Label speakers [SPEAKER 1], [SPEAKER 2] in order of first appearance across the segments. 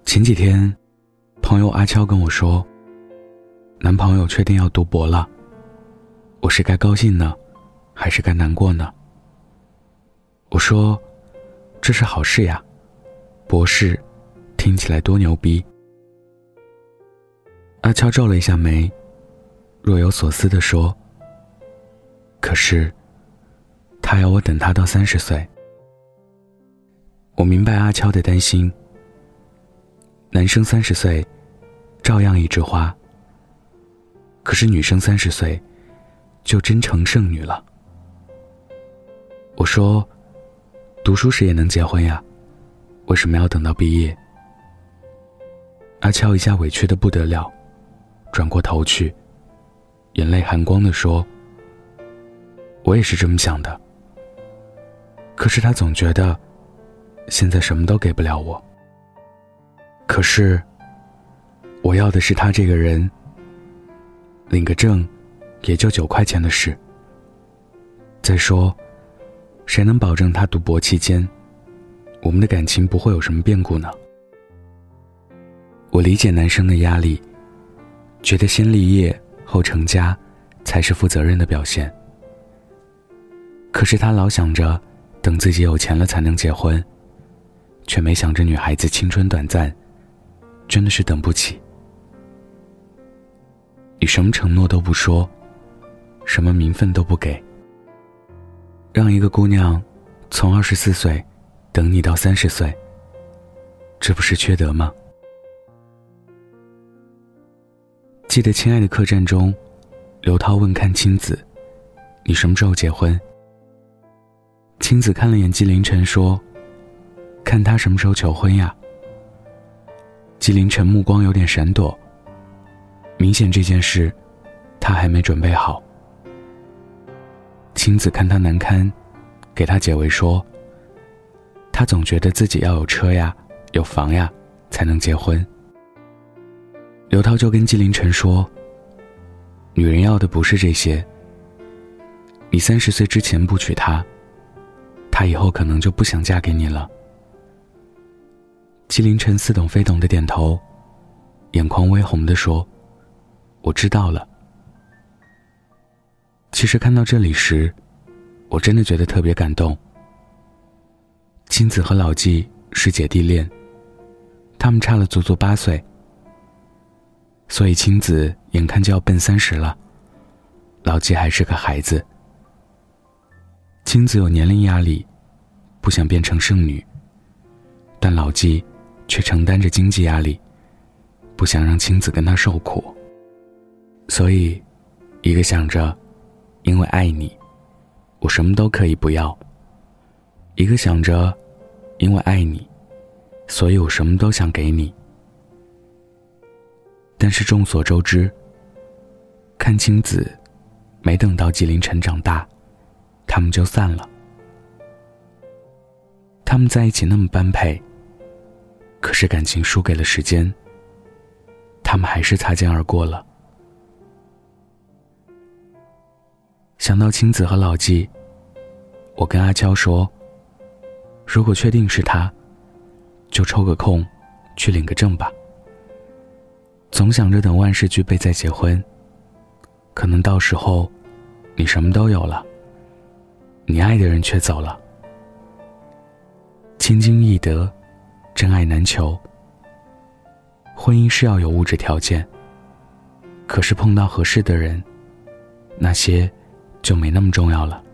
[SPEAKER 1] 前几天朋友阿悄跟我说，男朋友确定要读博了，我是该高兴呢还是该难过呢？我说这是好事呀，博士听起来多牛逼。阿悄皱了一下眉，若有所思地说，可是他要我等他到30岁。我明白阿悄的担心，男生30岁照样一枝花，可是女生30岁就真成剩女了。我说读书时也能结婚呀，为什么要等到毕业？阿悄一下委屈得不得了，转过头去眼泪含光地说，我也是这么想的，可是他总觉得现在什么都给不了我。可是我要的是他这个人，领个证也就9块钱的事。再说谁能保证他读博期间我们的感情不会有什么变故呢？我理解男生的压力，觉得先立业后成家才是负责任的表现。可是他老想着等自己有钱了才能结婚，却没想着女孩子青春短暂，真的是等不起。你什么承诺都不说，什么名分都不给，让一个姑娘从24岁等你到30岁，这不是缺德吗？记得《亲爱的客栈》中，刘涛问阚清子，你什么时候结婚？清子看了眼纪凌尘说，看他什么时候求婚呀。纪凌尘目光有点闪躲，明显这件事他还没准备好。清子看他难堪，给他解围说，他总觉得自己要有车呀有房呀才能结婚。刘涛就跟纪凌尘说，女人要的不是这些，你30岁之前不娶她，她以后可能就不想嫁给你了。纪凌尘似懂非懂的点头，眼眶微红地说，我知道了。其实看到这里时，我真的觉得特别感动。金子和老纪是姐弟恋，他们差了足足8岁，所以青子眼看就要奔30了，老纪还是个孩子。青子有年龄压力，不想变成剩女，但老纪却承担着经济压力，不想让青子跟他受苦。所以一个想着因为爱你我什么都可以不要，一个想着因为爱你所以我什么都想给你。但是众所周知，阚清子没等到纪凌尘长大，他们就散了。他们在一起那么般配，可是感情输给了时间，他们还是擦肩而过了。想到青子和老纪，我跟阿悄说，如果确定是他，就抽个空去领个证吧。总想着等万事俱备再结婚，可能到时候你什么都有了，你爱的人却走了。千金易得，真爱难求。婚姻是要有物质条件，可是碰到合适的人，那些就没那么重要了。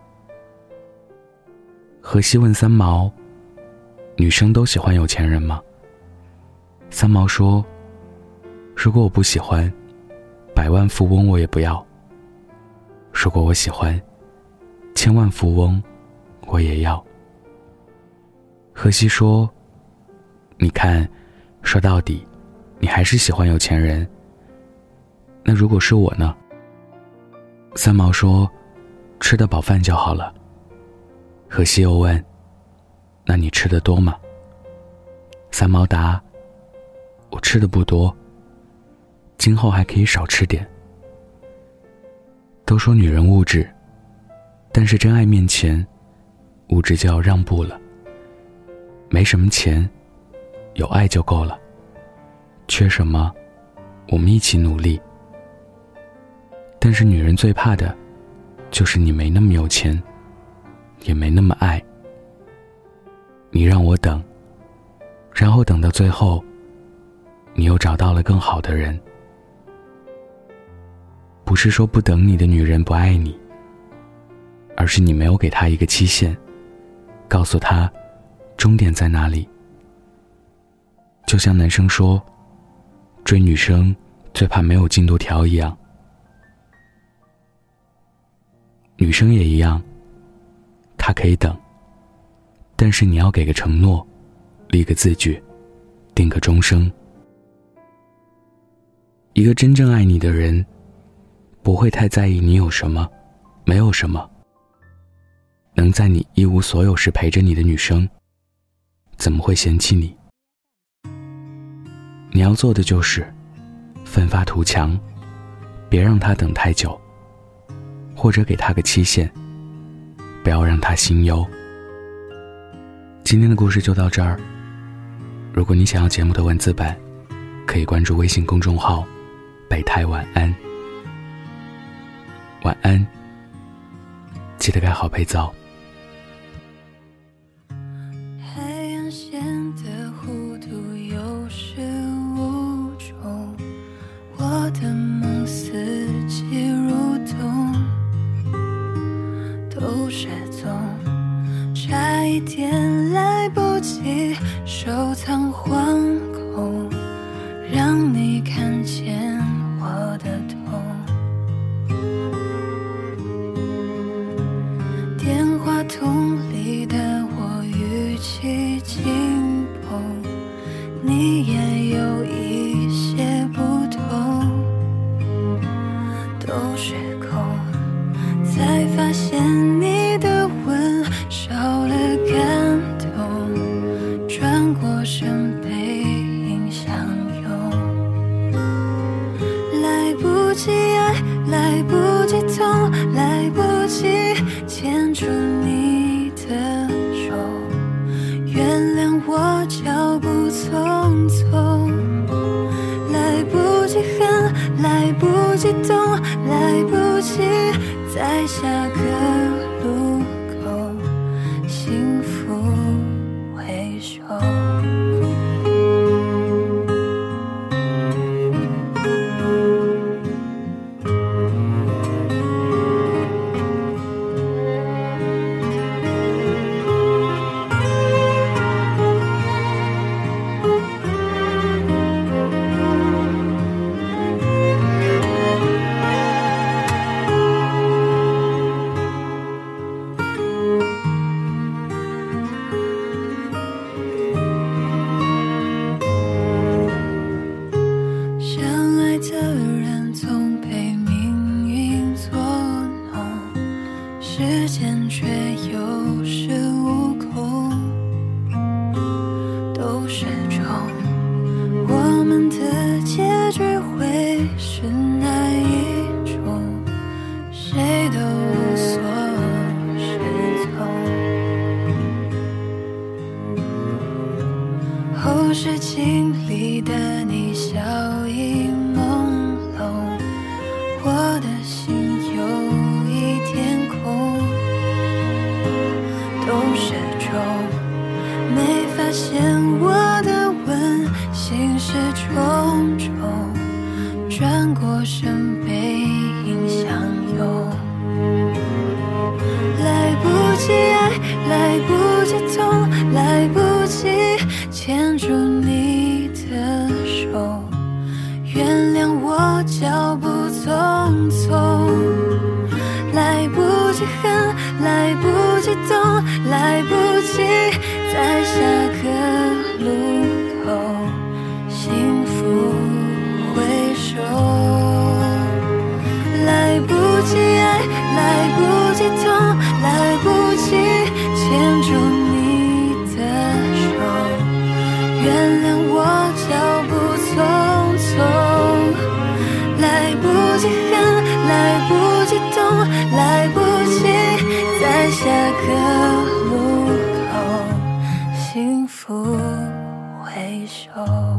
[SPEAKER 1] 荷西问三毛，女生都喜欢有钱人吗？三毛说，如果我不喜欢，100万富翁我也不要；如果我喜欢，1000万富翁我也要。荷西说，你看，说到底你还是喜欢有钱人，那如果是我呢？三毛说，吃得饱饭就好了。荷西又问，那你吃得多吗？三毛答，我吃得不多，今后还可以少吃点。都说女人物质，但是真爱面前，物质就要让步了。没什么钱，有爱就够了。 缺什么，我们一起努力。但是女人最怕的，就是你没那么有钱，也没那么爱。你让我等，然后等到最后，你又找到了更好的人。不是说不等你的女人不爱你，而是你没有给她一个期限，告诉她终点在哪里。就像男生说，追女生最怕没有进度条一样，女生也一样，她可以等，但是你要给个承诺，立个字据，定个终生。一个真正爱你的人，不会太在意你有什么，没有什么。能在你一无所有时陪着你的女生，怎么会嫌弃你？你要做的就是奋发图强，别让她等太久，或者给她个期限，不要让她心忧。今天的故事就到这儿。如果你想要节目的文字版，可以关注微信公众号备胎晚安。晚安，记得盖好被罩。
[SPEAKER 2] 海岸线的弧度有始无终，我的梦四季如冬，都失踪，差一点来不及收藏惶恐，让你看见我的痛。电话筒里的我语气紧绷，你也有一些不同，都是空，才发现你的吻少了感动，转过身背影相拥，来不及爱，来不及痛，来不及牵住你的手，原谅我脚步匆匆，来不及恨，来不及懂，来不及在下个路口幸福回首。时间却有恃无恐，都是种我们的结局会是哪一种，谁都无所适从。后视镜里的你笑意朦胧，我的心有都是种，没发现我的吻心事重重，转过身背影相拥，来不及爱，来不及痛，来不及牵住你的手，原谅我脚步匆匆，来不及恨，来不及懂，来不及在下个路口幸福回首，来不及爱，来不及痛，来不及牵住你的手，原谅我脚步匆匆，来不及恨，来不及懂，来不及在下个路口幸福回首。